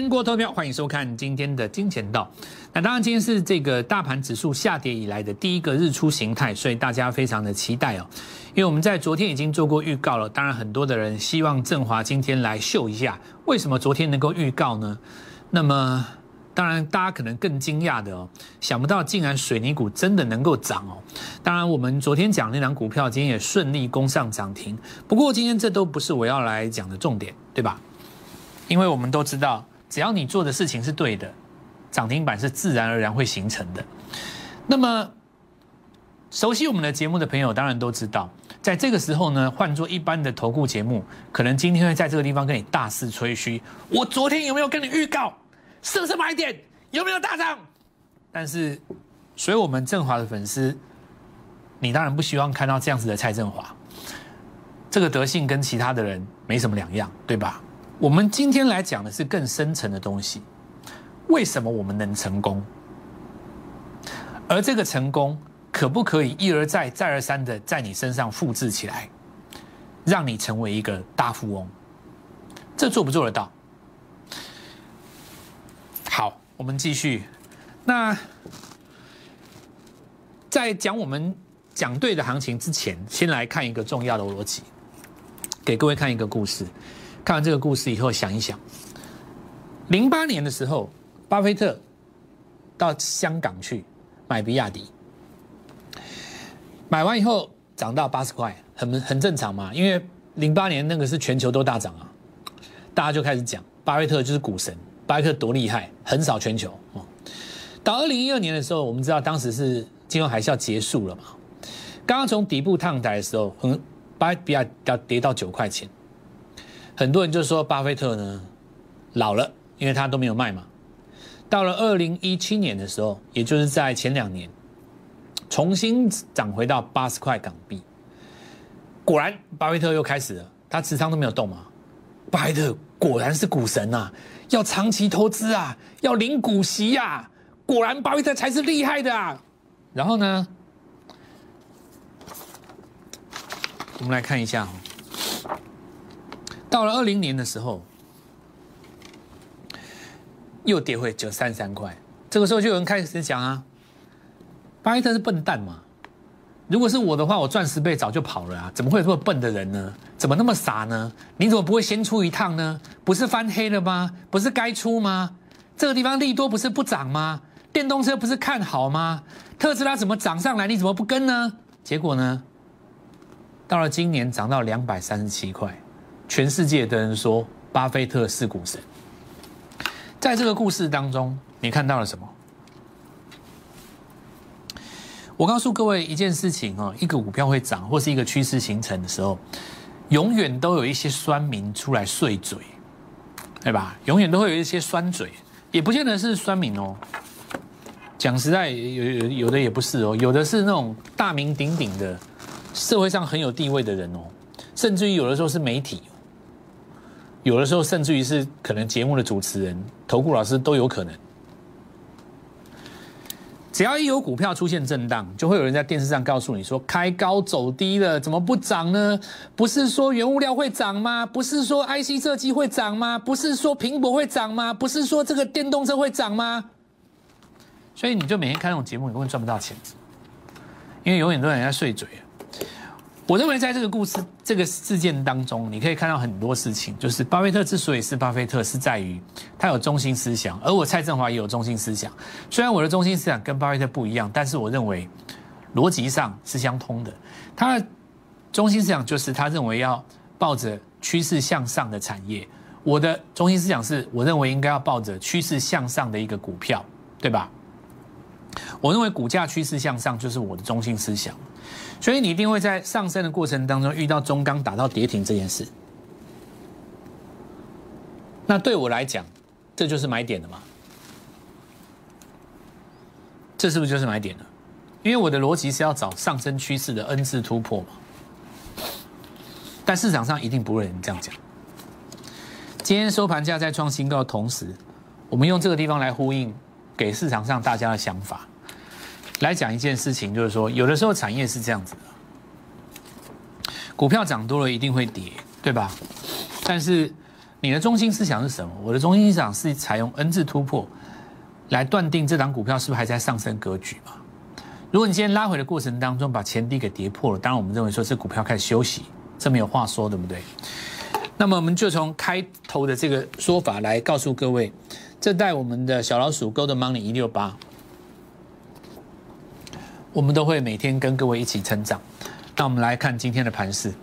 全国投票，欢迎收看今天的金钱道。那当然，今天是这个大盘指数下跌以来的第一个日出形态，所以大家非常的期待哦。因为我们在昨天已经做过预告了，当然很多的人希望振华今天来秀一下，为什么昨天能够预告呢？那么，当然大家可能更惊讶的哦，想不到竟然水泥股真的能够涨哦。当然，我们昨天讲那档股票，今天也顺利攻上涨停。不过今天这都不是我要来讲的重点，对吧？因为我们都知道，只要你做的事情是对的，涨停板是自然而然会形成的。那么，熟悉我们的节目的朋友当然都知道，在这个时候呢，换做一般的投顾节目，可能今天会在这个地方跟你大肆吹嘘。我昨天有没有跟你预告？是不是买点？有没有大涨？但是，所以我们振华的粉丝，你当然不希望看到这样子的蔡振华，这个德性跟其他的人没什么两样，对吧？我们今天来讲的是更深层的东西，为什么我们能成功？而这个成功可不可以一而再、再而三的在你身上复制起来，让你成为一个大富翁？这做不做得到？好，我们继续。那在讲我们讲对的行情之前，先来看一个重要的逻辑，给各位看一个故事。看完这个故事以后，想一想，08年的时候，巴菲特到香港去买比亚迪，买完以后涨到80块，很正常嘛，因为08年那个是全球都大涨啊，大家就开始讲巴菲特就是股神，巴菲特多厉害，横扫全球。到2012年的时候，我们知道当时是金融海啸结束了嘛，刚刚从底部趟台的时候，比亚迪跌到9块钱。很多人就说巴菲特呢老了，因为他都没有卖嘛。到了2017年的时候，也就是在前2年，重新涨回到80块港币。果然，巴菲特又开始了，他持仓都没有动嘛。巴菲特果然是股神啊，要长期投资啊，要领股息啊，果然巴菲特才是厉害的啊。然后呢，我们来看一下哦。到了20年的时候，又跌回33块。这个时候就有人开始讲啊，巴菲特是笨蛋嘛？如果是我的话，我赚10倍早就跑了啊！怎么会有这么笨的人呢？怎么那么傻呢？你怎么不会先出一趟呢？不是翻黑了吗？不是该出吗？这个地方利多不是不涨吗？电动车不是看好吗？特斯拉怎么涨上来？你怎么不跟呢？结果呢，到了今年涨到237块。全世界的人说巴菲特是股神。在这个故事当中，你看到了什么？我告诉各位一件事情哦，一个股票会涨或是一个趋势形成的时候，永远都有一些酸民出来碎嘴，对吧？永远都会有一些酸嘴，也不见得是酸民哦。讲实在，有的也不是哦，有的是那种大名鼎鼎的社会上很有地位的人哦，甚至于有的时候是媒体。有的时候甚至于是可能节目的主持人、投顾老师都有可能。只要一有股票出现震荡，就会有人在电视上告诉你说开高走低了，怎么不涨呢？不是说原物料会涨吗？不是说 IC 设计会涨吗？不是说苹果会涨吗？不是说这个电动车会涨吗？所以你就每天看那种节目，你根本赚不到钱，因为永远都有人在碎嘴。我认为在这个故事、这个事件当中，你可以看到很多事情。就是巴菲特之所以是巴菲特，是在于他有中心思想，而我蔡振华也有中心思想。虽然我的中心思想跟巴菲特不一样，但是我认为逻辑上是相通的。他的中心思想就是他认为要抱着趋势向上的产业，我的中心思想是我认为应该要抱着趋势向上的一个股票，对吧？我认为股价趋势向上就是我的中心思想。所以你一定会在上升的过程当中遇到中钢打到跌停这件事。那对我来讲，这就是买点了嘛？这是不是就是买点了？因为我的逻辑是要找上升趋势的 N 字突破嘛。但市场上一定不会有人这样讲。今天收盘价在创新高的同时，我们用这个地方来呼应给市场上大家的想法。来讲一件事情，就是说，有的时候产业是这样子的，股票涨多了一定会跌，对吧？但是你的中心思想是什么？我的中心思想是采用 N 字突破来断定这档股票是不是还在上升格局嘛？如果你今天拉回的过程当中把前低给跌破了，当然我们认为说这股票开始休息，这没有话说，对不对？那么我们就从开头的这个说法来告诉各位，这带我们的小老鼠 Golden Money 168，我们都会每天跟各位一起成长。那我们来看今天的盘势。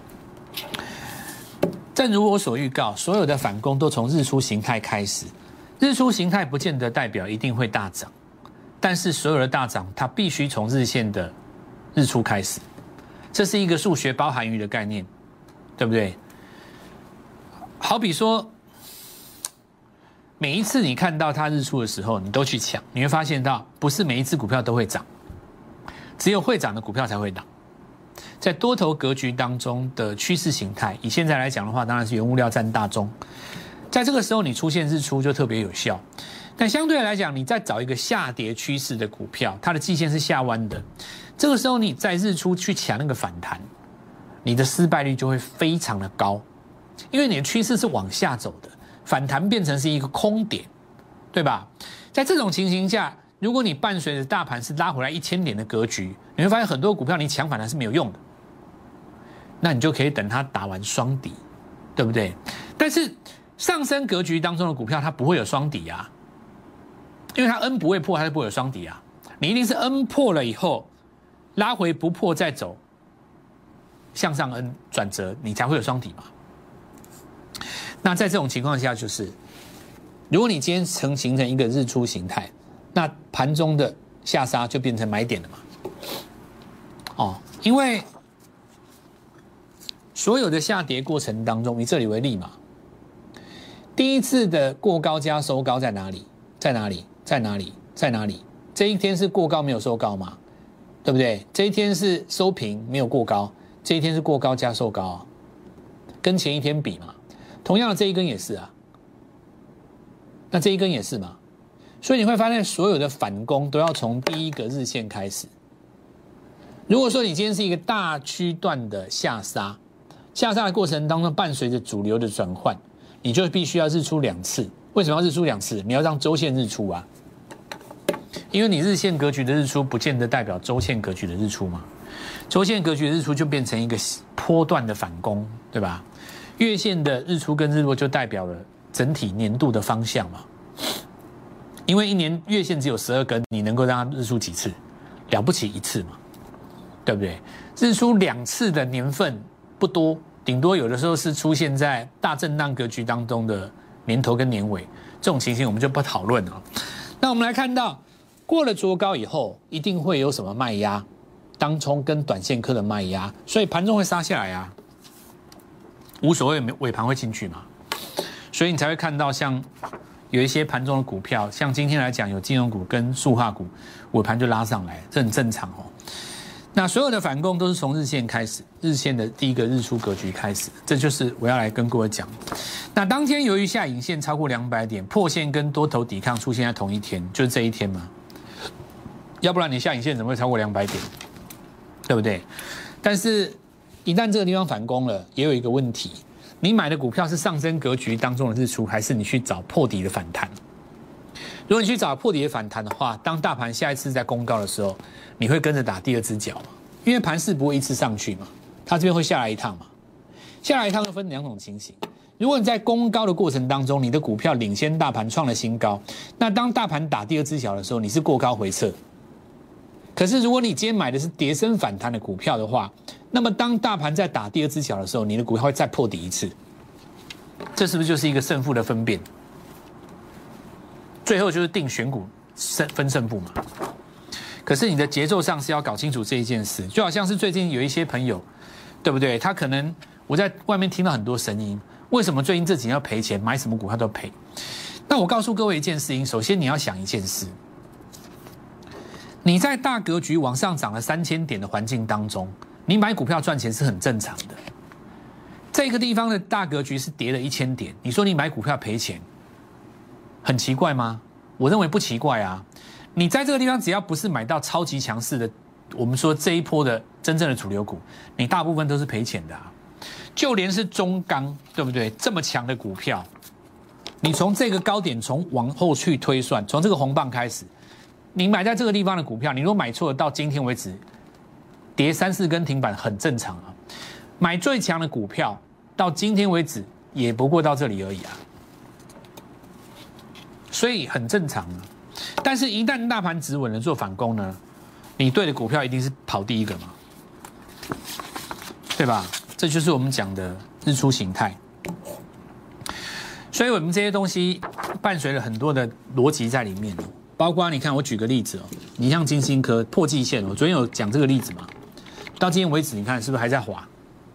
正如我所预告，所有的反攻都从日出形态开始。日出形态不见得代表一定会大涨，但是所有的大涨它必须从日线的日出开始，这是一个数学包含语的概念，对不对？好比说，每一次你看到它日出的时候，你都去抢，你会发现到不是每一只股票都会涨，只有会涨的股票才会涨。在多头格局当中的趋势形态，以现在来讲的话，当然是原物料占大宗。在这个时候，你出现日出就特别有效。但相对来讲，你再找一个下跌趋势的股票，它的季线是下弯的，这个时候你在日出去抢那个反弹，你的失败率就会非常的高，因为你的趋势是往下走的，反弹变成是一个空点，对吧？在这种情形下，如果你伴随着大盘是拉回来1000点的格局，你会发现很多股票你抢反弹是没有用的，那你就可以等它打完双底，对不对？但是上升格局当中的股票它不会有双底啊，因为它 N 不会破，它就不会有双底啊。你一定是 N 破了以后拉回不破再走向上 N 转折，你才会有双底嘛。那在这种情况下，就是如果你今天形成一个日出形态，那盘中的下杀就变成买点了嘛。哦，因为所有的下跌过程当中，以这里为例嘛，第一次的过高加收高在哪里？在哪里？在哪里？在哪里？这一天是过高没有收高嘛，对不对？这一天是收平没有过高，这一天是过高加收高啊，跟前一天比嘛。同样的这一根也是啊，那这一根也是嘛。所以你会发现，所有的反攻都要从第一个日线开始。如果说你今天是一个大区段的下杀，下杀的过程当中伴随着主流的转换，你就必须要日出2次。为什么要日出2次？你要让周线日出啊，因为你日线格局的日出不见得代表周线格局的日出嘛。周线格局的日出就变成一个波段的反攻，对吧？月线的日出跟日落就代表了整体年度的方向嘛。因为一年月线只有12根，你能够让它日出几次？了不起1次嘛，对不对？日出2次的年份不多，顶多有的时候是出现在大震荡格局当中的年头跟年尾，这种情形我们就不讨论了。那我们来看到，过了卓高以后，一定会有什么卖压，当冲跟短线客的卖压，所以盘中会杀下来啊，无所谓尾盘会进去嘛，所以你才会看到像有一些盘中的股票，像今天来讲有金融股跟塑化股，尾盘就拉上来，这很正常哦。那所有的反攻都是从日线开始，日线的第一个日出格局开始，这就是我要来跟各位讲。那当天由于下影线超过200点，破线跟多头抵抗出现在同一天，就是这一天嘛，要不然你下影线怎么会超过200点，对不对？但是一旦这个地方反攻了，也有一个问题，你买的股票是上升格局当中的日出，还是你去找破底的反弹？如果你去找破底的反弹的话，当大盘下一次在攻高的时候，你会跟着打第二只脚嘛？因为盘势不会一次上去嘛，它这边会下来一趟嘛。下来一趟又分2种情形。如果你在攻高的过程当中，你的股票领先大盘创了新高，那当大盘打第二只脚的时候，你是过高回撤。可是如果你今天买的是跌升反弹的股票的话，那么当大盘在打第二只脚的时候，你的股票会再破底一次。这是不是就是一个胜负的分辨？最后就是定选股分胜负嘛。可是你的节奏上是要搞清楚这一件事，就好像是最近有一些朋友，对不对？他可能我在外面听到很多声音，为什么最近这几年要赔钱，买什么股票都赔？那我告诉各位一件事情，首先你要想一件事，你在大格局往上涨了3000点的环境当中，你买股票赚钱是很正常的。这个地方的大格局是跌了1000点，你说你买股票赔钱，很奇怪吗？我认为不奇怪啊。你在这个地方只要不是买到超级强势的，我们说这一波的真正的主流股，你大部分都是赔钱的啊。 就连是中钢，对不对？这么强的股票，你从这个高点从往后去推算，从这个红棒开始，你买在这个地方的股票，你如果买错了，到今天为止跌3、4根停板很正常啊。买最强的股票到今天为止也不过到这里而已啊，所以很正常啊。但是，一旦大盘止稳了做反攻呢，你对的股票一定是跑第一个嘛，对吧？这就是我们讲的日出形态。所以我们这些东西伴随了很多的逻辑在里面，包括你看，我举个例子哦，你像金星科破季线，我昨天有讲这个例子嘛，到今天为止，你看是不是还在滑？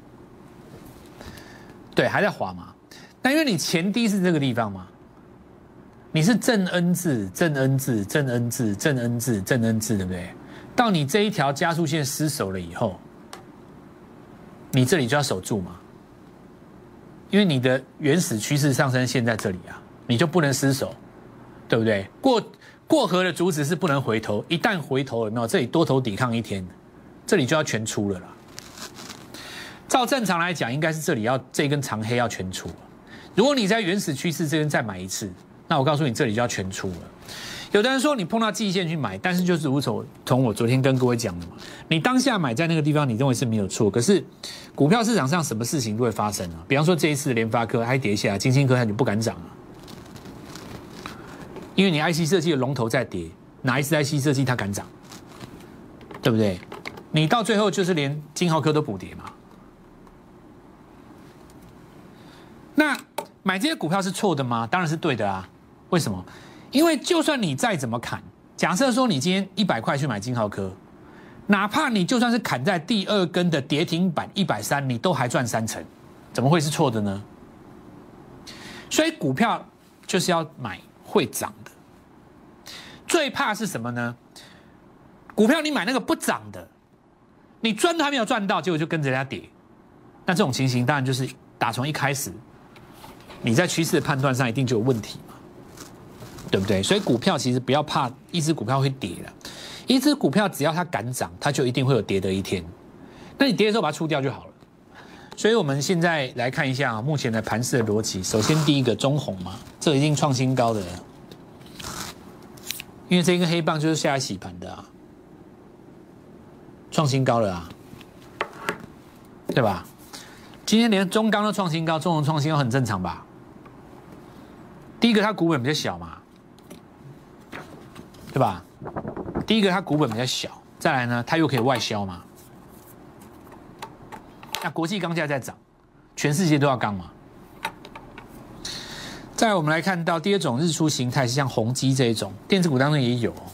对，还在滑嘛。那因为你前低是这个地方嘛，你是正 N 字、正 N 字、正 N 字、正 N 字、正 N 字，对不对？到你这一条加速线失守了以后，你这里就要守住嘛，因为你的原始趋势上升线在这里啊，你就不能失守，对不对？过河的竹子是不能回头，一旦回头有没有？这里多头抵抗一天，这里就要全出了啦。照正常来讲，应该是这里要这根长黑要全出。如果你在原始趋势这边再买一次，那我告诉你，这里就要全出了。有的人说你碰到季线去买，但是就是从我昨天跟各位讲的嘛，你当下买在那个地方，你认为是没有错。可是股票市场上什么事情都会发生啊？比方说这一次联发科还跌下来，金星科它就不敢涨啊，因为你 IC 设计的龙头在跌，哪一次 IC 设计它敢涨？对不对？你到最后就是连金豪科都补跌嘛。那买这些股票是错的吗？当然是对的啊。为什么？因为就算你再怎么砍，假设说你今天100块去买金豪科，哪怕你就算是砍在第2根的跌停板130，你都还赚3成，怎么会是错的呢？所以股票就是要买会涨的。最怕是什么呢？股票你买那个不涨的，你赚都还没有赚到，结果就跟着人家跌。那这种情形当然就是打从一开始，你在趋势的判断上一定就有问题嘛，对不对？所以股票其实不要怕一只股票会跌了，一只股票只要它敢涨，它就一定会有跌的一天。那你跌的时候把它出掉就好了。所以我们现在来看一下目前的盘势的逻辑。首先第一个中红嘛，这已经创新高的了，因为这根黑棒就是下来洗盘的啊，创新高了啊，对吧？今天连中钢都创新高，中红创新高很正常吧？第一个它股本比较小嘛，对吧？第一个它股本比较小，再来呢，它又可以外销嘛。那国际钢价在涨，全世界都要钢嘛。再来我们来看到第二种日出形态是像宏基这一种，电子股当中也有。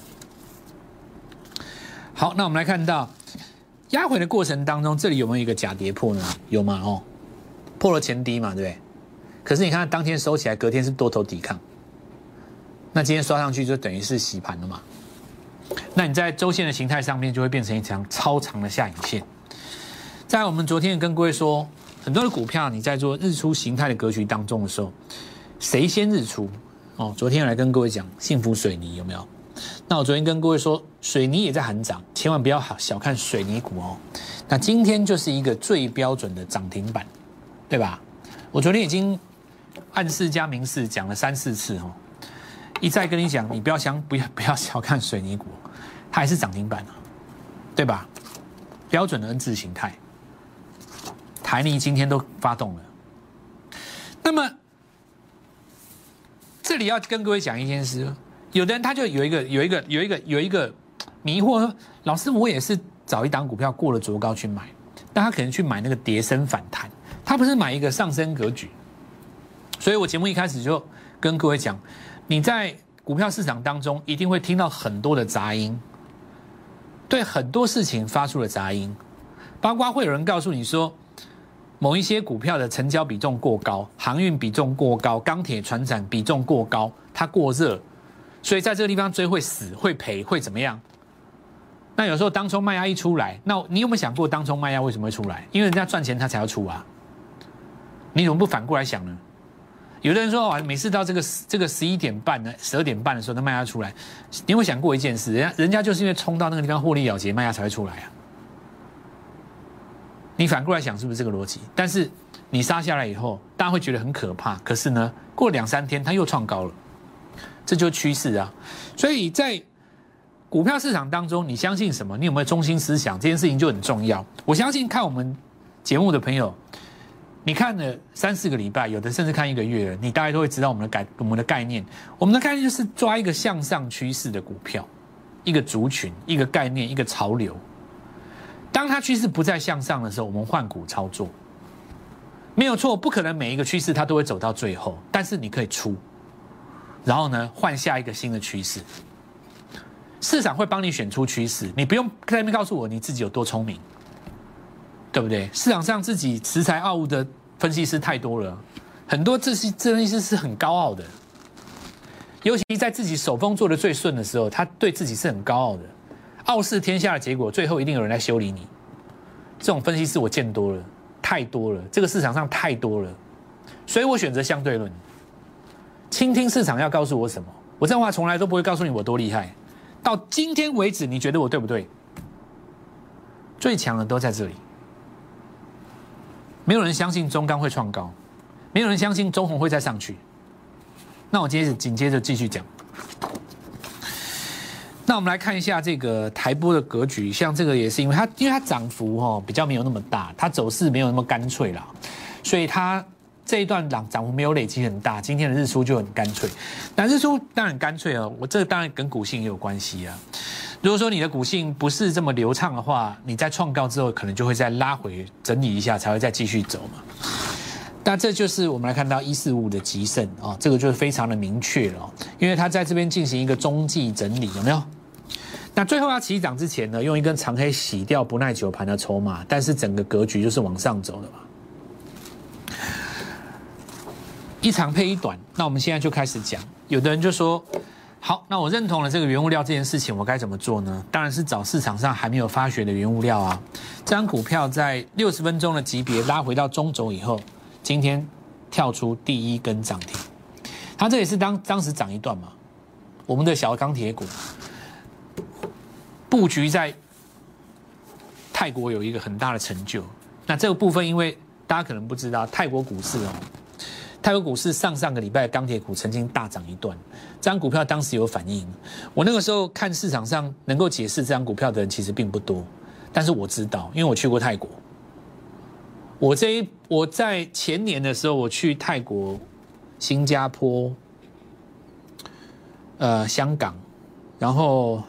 好，那我们来看到压回的过程当中，这里有没有一个假跌破呢？有吗？哦，破了前低嘛，对不对？可是你看当天收起来，隔天是多头抵抗，那今天刷上去就等于是洗盘了嘛。那你在周线的形态上面就会变成一条超长的下影线。在我们昨天也跟各位说，很多的股票你在做日出形态的格局当中的时候，谁先日出？哦，昨天来跟各位讲幸福水泥有没有？那我昨天跟各位说，水泥也在喊涨，千万不要小看水泥股哦。那今天就是一个最标准的涨停板，对吧？我昨天已经暗示加明示讲了3、4次哦，一再跟你讲，你不要小看水泥股，它还是涨停板啊，对吧？标准的 N 字形态，台泥今天都发动了。那么这里要跟各位讲一件事，有的人他就有一个迷惑，老师我也是找一档股票过了卓高去买，但他可能去买那个跌升反弹，他不是买一个上升格局。所以我节目一开始就跟各位讲，你在股票市场当中一定会听到很多的杂音，对很多事情发出了杂音，包括会有人告诉你说，某一些股票的成交比重过高，航运比重过高，钢铁传产比重过高，它过热，所以在这个地方追会死会赔会怎么样？那有时候当冲卖压一出来，那你有没有想过当冲卖压为什么会出来？因为人家赚钱他才要出啊，你怎么不反过来想呢？有的人说每次到这个11点半呢，12点半的时候，那卖压出来，你有没有想过一件事？人家就是因为冲到那个地方获利了结，卖压才会出来啊。你反过来想是不是这个逻辑？但是你杀下来以后，大家会觉得很可怕。可是呢，过了2、3天，它又创高了，这就是趋势啊。所以在股票市场当中，你相信什么？你有没有中心思想？这件事情就很重要。我相信看我们节目的朋友，你看了3、4个礼拜，有的甚至看1个月了，你大概都会知道我们的概念。我们的概念就是抓一个向上趋势的股票，一个族群，一个概念，一个潮流。当它趋势不再向上的时候，我们换股操作，没有错。不可能每一个趋势它都会走到最后，但是你可以出，然后呢换下一个新的趋势。市场会帮你选出趋势，你不用在那边告诉我你自己有多聪明，对不对？市场上自己恃才傲物的分析师太多了，很多分析师是很高傲的，尤其在自己手风做得最顺的时候，他对自己是很高傲的，傲视天下的结果，最后一定有人来修理你。这种分析师我见多了，太多了，这个市场上太多了，所以我选择相对论，倾听市场要告诉我什么。我这样的话从来都不会告诉你我多厉害。到今天为止，你觉得我对不对？最强的都在这里。没有人相信中钢会创高，没有人相信中鸿会再上去。那我紧接着继续讲。那我们来看一下这个台波的格局，像这个也是因为它涨幅比较没有那么大，它走势没有那么干脆啦，所以它这一段涨幅没有累积很大，今天的日出就很干脆。那日出当然干脆哦，我这个当然跟股性也有关系啊。如果说你的股性不是这么流畅的话，你在创高之后可能就会再拉回整理一下，才会再继续走嘛。那这就是我们来看到1455的集盛啊，这个就是非常的明确了，因为它在这边进行一个中继整理，有没有？那最后要起涨之前呢，用一根长黑洗掉不耐久盘的筹码，但是整个格局就是往上走的嘛。一长配一短，那我们现在就开始讲。有的人就说，好，那我认同了这个原物料这件事情，我该怎么做呢？当然是找市场上还没有发掘的原物料啊。这张股票在60分钟的级别拉回到中轴以后，今天跳出第一根涨停，它这也是当时涨一段嘛。我们的小钢铁股布局在泰国有一个很大的成就。那这个部分，因为大家可能不知道，泰国股市泰国股市上个礼拜的钢铁股曾经大涨一段，这张股票当时有反应。我那个时候看市场上能够解释这张股票的人其实并不多，但是我知道，因为我去过泰国。我在前年的时候，我去泰国、新加坡、香港，然后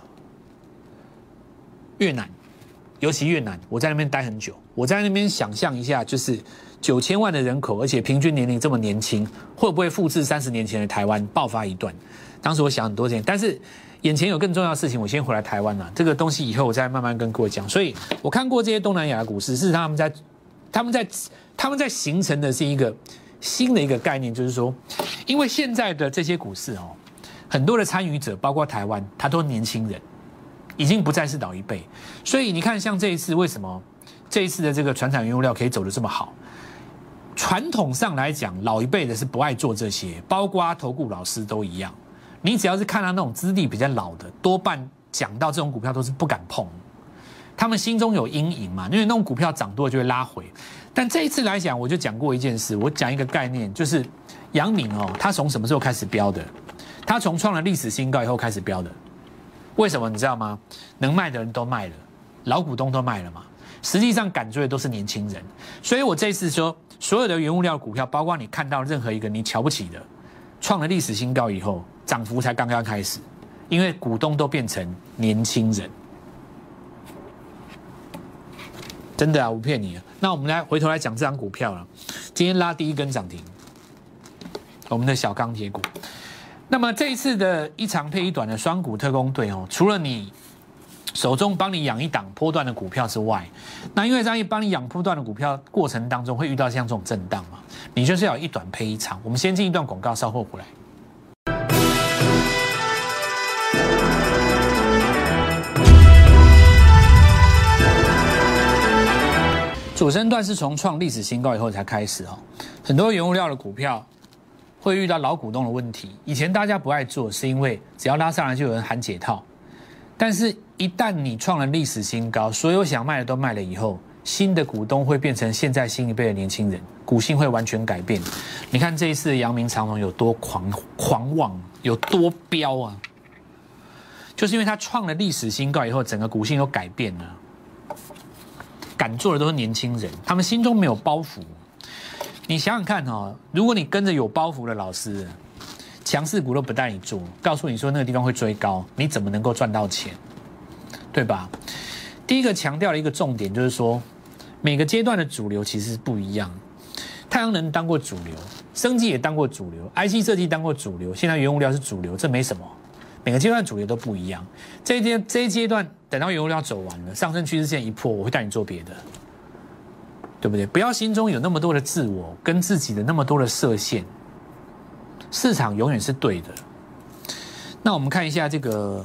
越南，尤其越南，我在那边待很久。我在那边想象一下，就是9000万的人口，而且平均年龄这么年轻，会不会复制30年前的台湾爆发一段？当时我想很多件，但是眼前有更重要的事情，我先回来台湾了。这个东西以后我再慢慢跟各位讲。所以我看过这些东南亚的股市，事实上他们在形成的是一个新的一个概念，就是说，因为现在的这些股市很多的参与者，包括台湾，他都是年轻人，已经不再是老一辈。所以你看，像这一次为什么这一次的这个传产原物料可以走得这么好？传统上来讲，老一辈的是不爱做这些，包括投顾老师都一样。你只要是看到那种资历比较老的，多半讲到这种股票都是不敢碰，他们心中有阴影嘛，因为那种股票涨多了就会拉回。但这一次来讲，我就讲过一件事，我讲一个概念，就是阳明他从什么时候开始飙的？他从创了历史新高以后开始飙的。为什么你知道吗？能卖的人都卖了，老股东都卖了嘛。实际上赶追的都是年轻人，所以我这次说，所有的原物料股票，包括你看到任何一个你瞧不起的，创了历史新高以后，涨幅才刚刚开始，因为股东都变成年轻人。真的啊，我不骗你啊。那我们来回头来讲这张股票了，今天拉第一根涨停，我们的小钢铁股。那么这一次的一长配一短的双股特攻队除了你手中帮你养一档波段的股票之外，那因为这样帮你养波段的股票过程当中会遇到像这种震荡嘛，你就是要一短配一长。我们先进一段广告，稍后回来。主升段是从创历史新高以后才开始很多原物料的股票会遇到老股东的问题。以前大家不爱做，是因为只要拉上来就有人喊解套，但是一旦你创了历史新高，所有想卖的都卖了以后， 新的股东会变成现在新一辈的年轻人，股性会完全改变。你看这一次的阳明长荣有多狂妄，有多飙啊！就是因为它创了历史新高以后，整个股性都改变了。敢做的都是年轻人，他们心中没有包袱。你想想看哦，如果你跟着有包袱的老师，强势股都不带你做，告诉你说那个地方会追高，你怎么能够赚到钱？对吧？第一个强调的一个重点就是说，每个阶段的主流其实不一样。太阳能当过主流，生技也当过主流 ，IC 设计当过主流，现在原物料是主流，这没什么。每个阶段主流都不一样。这一阶段等到原物料走完了，上升趋势线一破，我会带你做别的，对不对？不要心中有那么多的自我跟自己的那么多的设限，市场永远是对的。那我们看一下这个。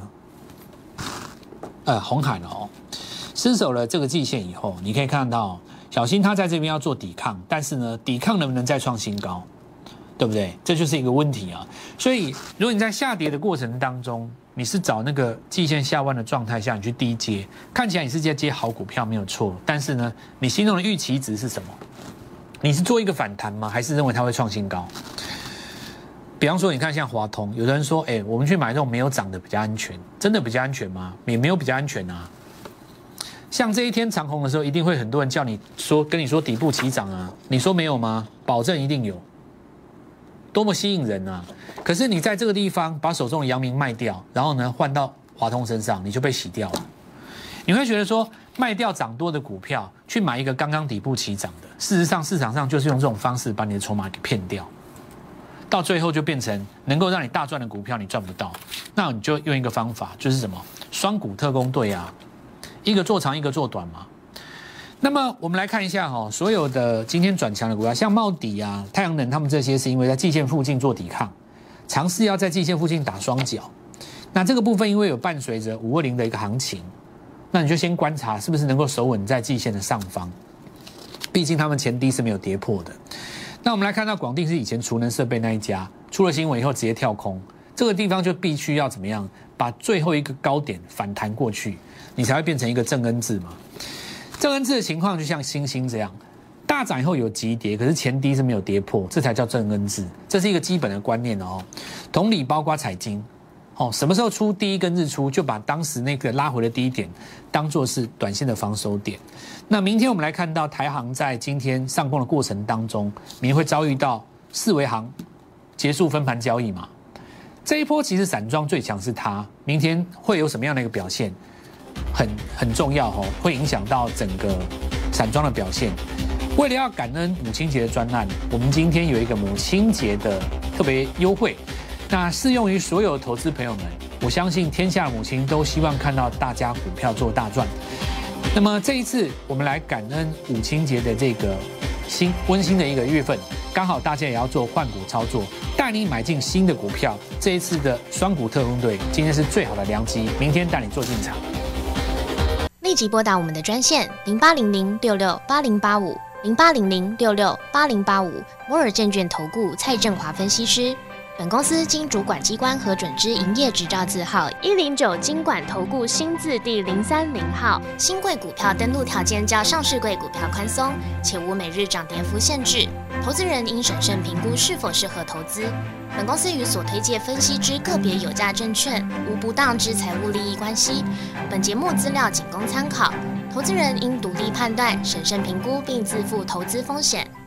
红海了哦，失守了这个季线以后，你可以看到，小心它在这边要做抵抗，但是呢，抵抗能不能再创新高，对不对？这就是一个问题啊。所以，如果你在下跌的过程当中，你是找那个季线下弯的状态下，你去低接，看起来你是在接好股票没有错，但是呢，你心中的预期值是什么？你是做一个反弹吗？还是认为它会创新高？比方说，你看像华通，有的人说，我们去买这种没有涨的比较安全，真的比较安全吗？也没有比较安全啊。像这一天长红的时候，一定会很多人叫你说，跟你说底部起涨啊，你说没有吗？保证一定有，多么吸引人啊！可是你在这个地方把手中的阳明卖掉，然后呢换到华通身上，你就被洗掉了。你会觉得说，卖掉涨多的股票，去买一个刚刚底部起涨的，事实上市场上就是用这种方式把你的筹码给骗掉。到最后就变成能够让你大赚的股票你赚不到，那你就用一个方法，就是什么双股特攻队啊，一个做长一个做短嘛。那么我们来看一下哈，所有的今天转强的股票，像茂迪啊、太阳能，他们这些是因为在季线附近做抵抗，尝试要在季线附近打双脚。那这个部分因为有伴随着520的一个行情，那你就先观察是不是能够守稳在季线的上方，毕竟他们前低是没有跌破的。那我们来看到广定是以前储能设备那一家出了新闻以后直接跳空，这个地方就必须要怎么样把最后一个高点反弹过去，你才会变成一个正恩字嘛。正恩字的情况就像星星这样，大涨以后有急跌，可是前低是没有跌破，这才叫正恩字，这是一个基本的观念哦。同理，包括彩晶哦，什么时候出第一根日出，就把当时那个拉回的低点当作是短线的防守点。那明天我们来看到台航在今天上攻的过程当中，明天会遭遇到四维航结束分盘交易嘛？这一波其实散装最强是它，明天会有什么样的一个表现，很重要哦，会影响到整个散装的表现。为了要感恩母亲节的专案，我们今天有一个母亲节的特别优惠，那适用于所有投资朋友们。我相信天下母亲都希望看到大家股票做大赚。那么这一次我们来感恩母亲节的这个温馨的一个月份，刚好大家也要做换股操作，带你买进新的股票。这一次的双股特工队今天是最好的良机，明天带你做进场。 立即拨打我们的专线08006680850800668085摩尔证券投顾蔡正华分析师。本公司经主管机关核准之营业执照字号109金管投顾新字第030号。新贵股票登录条件较上市贵股票宽松，且无每日涨跌幅限制。投资人应审慎评估是否适合投资。本公司与所推介分析之个别有价证券无不当之财务利益关系。本节目资料仅供参考，投资人应独立判断、审慎评估并自负投资风险。